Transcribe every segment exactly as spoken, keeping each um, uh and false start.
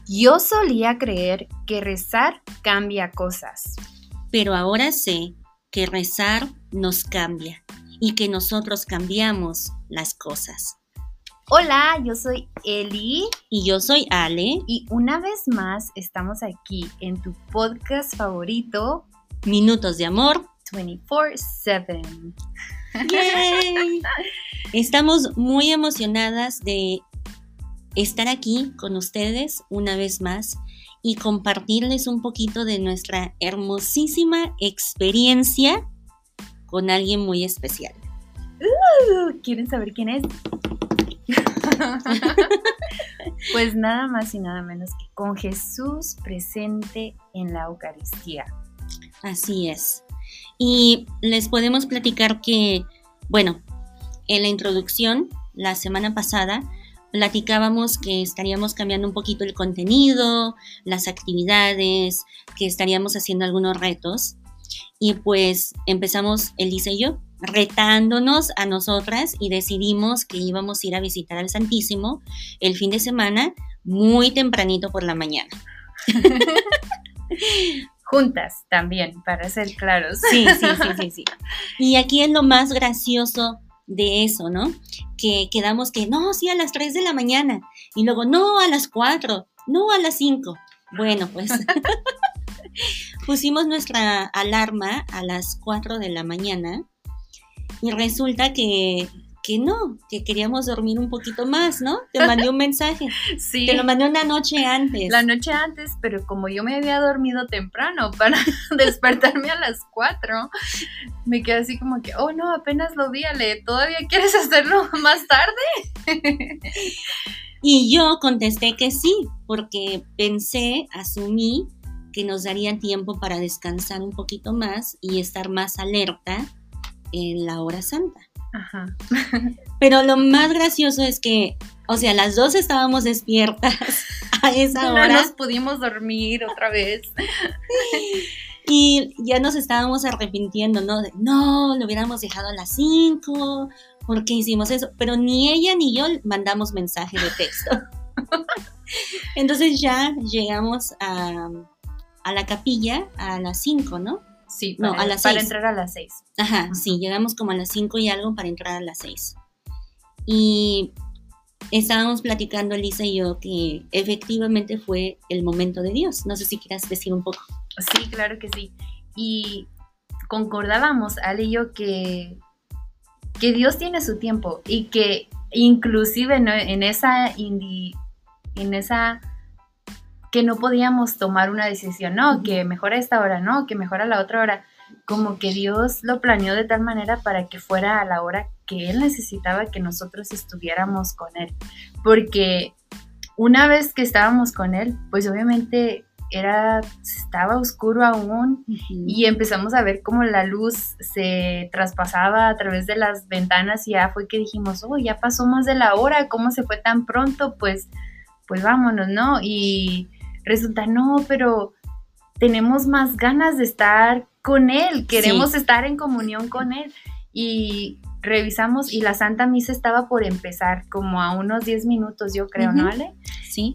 Yo solía creer que rezar cambia cosas. Pero ahora sé que rezar nos cambia y que nosotros cambiamos las cosas. Hola, yo soy Eli. Y yo soy Ale. Y una vez más estamos aquí en tu podcast favorito, Minutos de Amor veinticuatro siete. ¡Yay! Estamos muy emocionadas de estar aquí con ustedes una vez más y compartirles un poquito de nuestra hermosísima experiencia con alguien muy especial. Uh, ¿Quieren saber quién es? Pues nada más y nada menos que con Jesús presente en la Eucaristía. Así es. Y les podemos platicar que, bueno, en la introducción, la semana pasada, platicábamos que estaríamos cambiando un poquito el contenido, las actividades, que estaríamos haciendo algunos retos. Y pues empezamos Elisa y yo retándonos a nosotras y decidimos que íbamos a ir a visitar al Santísimo el fin de semana muy tempranito por la mañana. Juntas también, para ser claros. Sí, sí, sí, sí, sí. Y aquí es lo más gracioso de eso, ¿no? Que quedamos que no, sí, a las tres de la mañana. Y luego, no, a las cuatro. No, a las cinco. Bueno, pues pusimos nuestra alarma a las cuatro de la mañana. Y resulta que, que no, que queríamos dormir un poquito más, ¿no? Te mandé un mensaje. Sí. Te lo mandé una noche antes. La noche antes, pero como yo me había dormido temprano para despertarme a las cuatro, me quedé así como que, oh no, apenas lo vi, Ale, ¿todavía quieres hacerlo más tarde? Y yo contesté que sí, porque pensé, asumí que nos daría tiempo para descansar un poquito más y estar más alerta en la hora santa. Ajá. Pero lo más gracioso es que, o sea, las dos estábamos despiertas a esa hora. No nos pudimos dormir otra vez. Y ya nos estábamos arrepintiendo, ¿no? De, no, lo hubiéramos dejado a las cinco, ¿por qué hicimos eso? Pero ni ella ni yo mandamos mensaje de texto. Entonces ya llegamos a, a la capilla a las cinco, ¿no? Sí, no, para, a las para seis. entrar a las seis. Ajá, uh-huh. Sí, llegamos como a las cinco y algo para entrar a las seis. Y estábamos platicando Elisa y yo que efectivamente fue el momento de Dios. No sé si quieras decir un poco. Sí, claro que sí. Y concordábamos, Ale y yo, que, que Dios tiene su tiempo y que inclusive, ¿no? en esa indi, en esa que no podíamos tomar una decisión, no, que mejor a esta hora, no, que mejor a la otra hora, como que Dios lo planeó de tal manera para que fuera a la hora que Él necesitaba que nosotros estuviéramos con Él, porque una vez que estábamos con Él, pues obviamente era, estaba oscuro aún, uh-huh. Y empezamos a ver cómo la luz se traspasaba a través de las ventanas y ya fue que dijimos, oh, ya pasó más de la hora, ¿cómo se fue tan pronto? Pues, pues vámonos, ¿no? Y resulta, no, pero tenemos más ganas de estar con Él, queremos sí. estar en comunión con Él. Y revisamos y la Santa Misa estaba por empezar, como a unos diez minutos, yo creo, uh-huh. ¿no, Ale? Sí.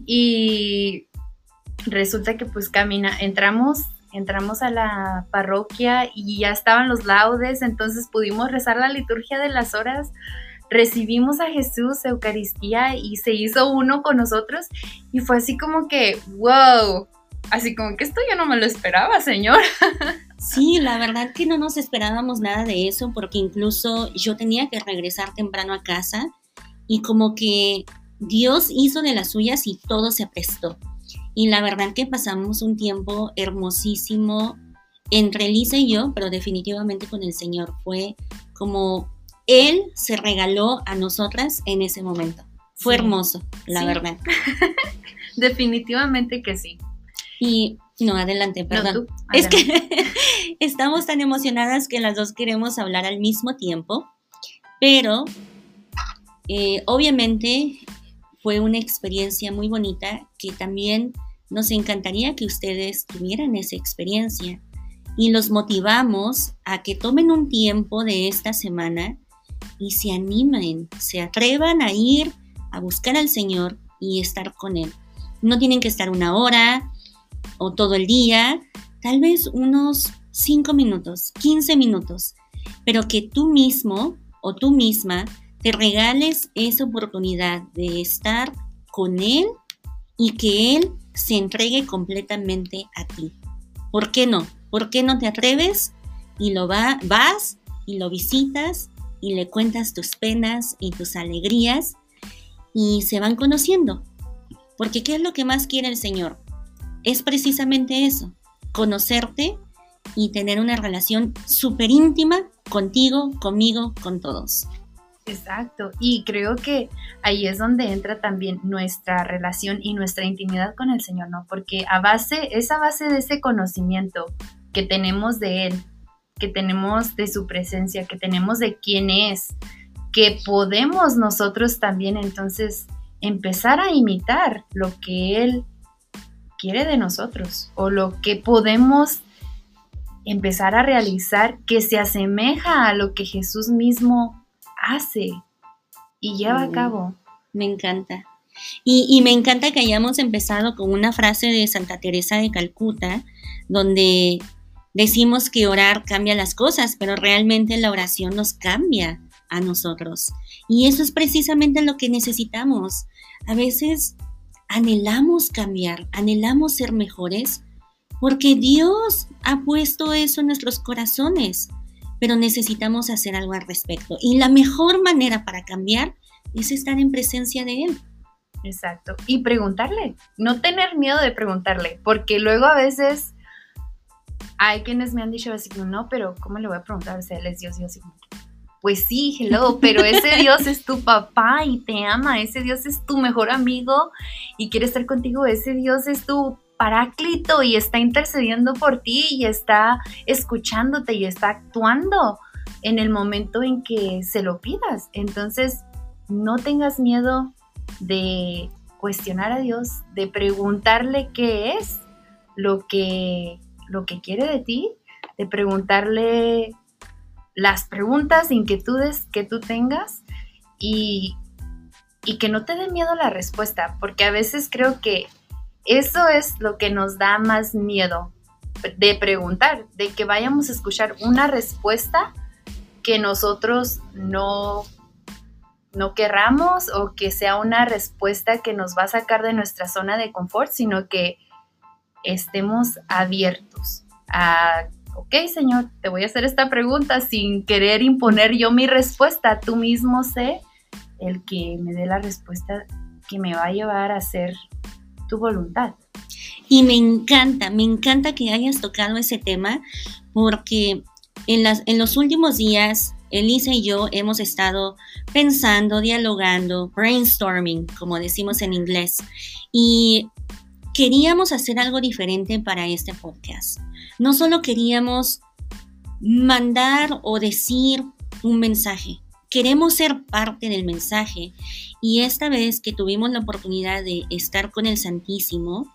Y resulta que pues camina, entramos, entramos a la parroquia y ya estaban los laudes, entonces pudimos rezar la liturgia de las horas. Recibimos a Jesús, Eucaristía, y se hizo uno con nosotros y fue así como que, wow, así como que esto yo no me lo esperaba, Señor. Sí, la verdad que no nos esperábamos nada de eso porque incluso yo tenía que regresar temprano a casa y como que Dios hizo de las suyas y todo se aprestó. Y la verdad que pasamos un tiempo hermosísimo entre Elisa y yo, pero definitivamente con el Señor. Fue como Él se regaló a nosotras en ese momento. Fue sí. hermoso, la sí. verdad. Definitivamente que sí. Y, no, adelante, perdón. No, tú, es que estamos tan emocionadas que las dos queremos hablar al mismo tiempo, pero eh, obviamente fue una experiencia muy bonita que también nos encantaría que ustedes tuvieran esa experiencia. Y los motivamos a que tomen un tiempo de esta semana y se animen, se atrevan a ir a buscar al Señor y estar con Él. No tienen que estar una hora o todo el día, tal vez unos cinco minutos, quince minutos, pero que tú mismo o tú misma te regales esa oportunidad de estar con Él y que Él se entregue completamente a ti. ¿Por qué no? ¿Por qué no te atreves y lo va, vas y lo visitas y le cuentas tus penas y tus alegrías y se van conociendo? Porque ¿qué es lo que más quiere el Señor? Es precisamente eso, conocerte y tener una relación súper íntima contigo, conmigo, con todos. Exacto, y creo que ahí es donde entra también nuestra relación y nuestra intimidad con el Señor, ¿no? Porque a base, es a base de ese conocimiento que tenemos de Él, que tenemos de su presencia, que tenemos de quién es, que podemos nosotros también entonces empezar a imitar lo que Él quiere de nosotros o lo que podemos empezar a realizar que se asemeja a lo que Jesús mismo hace y lleva a cabo. Me encanta. Y, y me encanta que hayamos empezado con una frase de Santa Teresa de Calcuta, donde decimos que orar cambia las cosas, pero realmente la oración nos cambia a nosotros. Y eso es precisamente lo que necesitamos. A veces anhelamos cambiar, anhelamos ser mejores, porque Dios ha puesto eso en nuestros corazones. Pero necesitamos hacer algo al respecto. Y la mejor manera para cambiar es estar en presencia de Él. Exacto. Y preguntarle. No tener miedo de preguntarle. Porque luego a veces hay quienes me han dicho así como, no, pero ¿cómo le voy a preguntar? O sea, Él es Dios. Y yo así como, pues sí, hello, pero ese Dios es tu papá y te ama. Ese Dios es tu mejor amigo y quiere estar contigo. Ese Dios es tu Paráclito y está intercediendo por ti y está escuchándote y está actuando en el momento en que se lo pidas. Entonces, no tengas miedo de cuestionar a Dios, de preguntarle qué es lo que, lo que quiere de ti, de preguntarle las preguntas, inquietudes que tú tengas y, y que no te dé miedo la respuesta, porque a veces creo que eso es lo que nos da más miedo de preguntar, de que vayamos a escuchar una respuesta que nosotros no, no querramos o que sea una respuesta que nos va a sacar de nuestra zona de confort, sino que estemos abiertos a, ok, Señor, te voy a hacer esta pregunta sin querer imponer yo mi respuesta. Tú mismo sé el que me dé la respuesta que me va a llevar a hacer tu voluntad. Y me encanta, me encanta que hayas tocado ese tema porque en, las, en los últimos días Elisa y yo hemos estado pensando, dialogando, brainstorming, como decimos en inglés, y queríamos hacer algo diferente para este podcast. No solo queríamos mandar o decir un mensaje, queremos ser parte del mensaje. Y esta vez que tuvimos la oportunidad de estar con el Santísimo,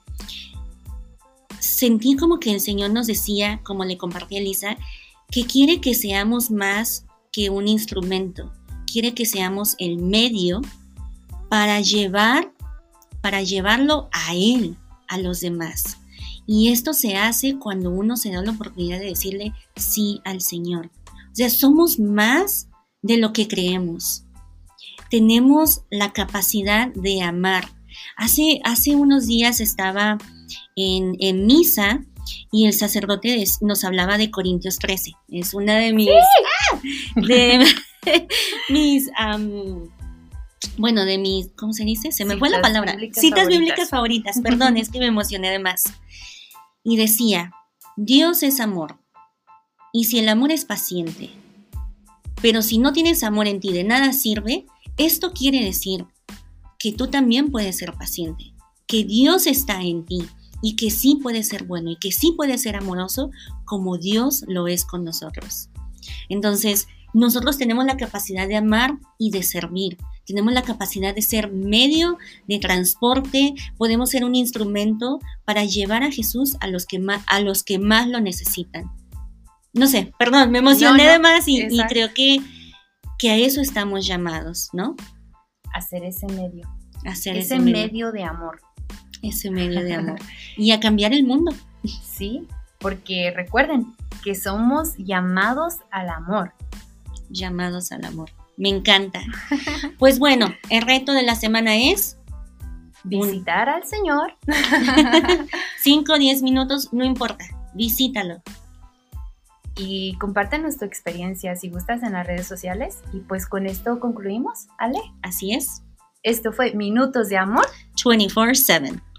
sentí como que el Señor nos decía, como le compartí a Elisa, que quiere que seamos más que un instrumento, quiere que seamos el medio para llevar, para llevarlo a Él, a los demás. Y esto se hace cuando uno se da la oportunidad de decirle sí al Señor. O sea, somos más de lo que creemos. Tenemos la capacidad de amar. Hace, hace unos días estaba en, en misa y el sacerdote nos hablaba de Corintios trece. Es una de mis, ¡sí! de mis, um, bueno, de mis, ¿cómo se dice? Se me Citas fue la palabra. Bíblicas Citas favoritas. bíblicas favoritas. Perdón, es que me emocioné de más. Y decía, Dios es amor. Y si el amor es paciente, pero si no tienes amor en ti, de nada sirve. Esto quiere decir que tú también puedes ser paciente, que Dios está en ti y que sí puedes ser bueno y que sí puedes ser amoroso como Dios lo es con nosotros. Entonces, nosotros tenemos la capacidad de amar y de servir. Tenemos la capacidad de ser medio de transporte. Podemos ser un instrumento para llevar a Jesús a los que más, a los que más lo necesitan. No sé, perdón, me emocioné no, no, de más y, y creo que que a eso estamos llamados, ¿no? A ser ese medio. A ser ese, ese medio. medio de amor. ese medio de amor y a cambiar el mundo. Sí, porque recuerden que somos llamados al amor. Llamados al amor. Me encanta. Pues bueno, el reto de la semana es visitar un... al Señor. cinco o diez minutos, no importa, visítalo. Y compártenos tu experiencia si gustas en las redes sociales. Y pues con esto concluimos, Ale. Así es. Esto fue Minutos de Amor veinticuatro siete.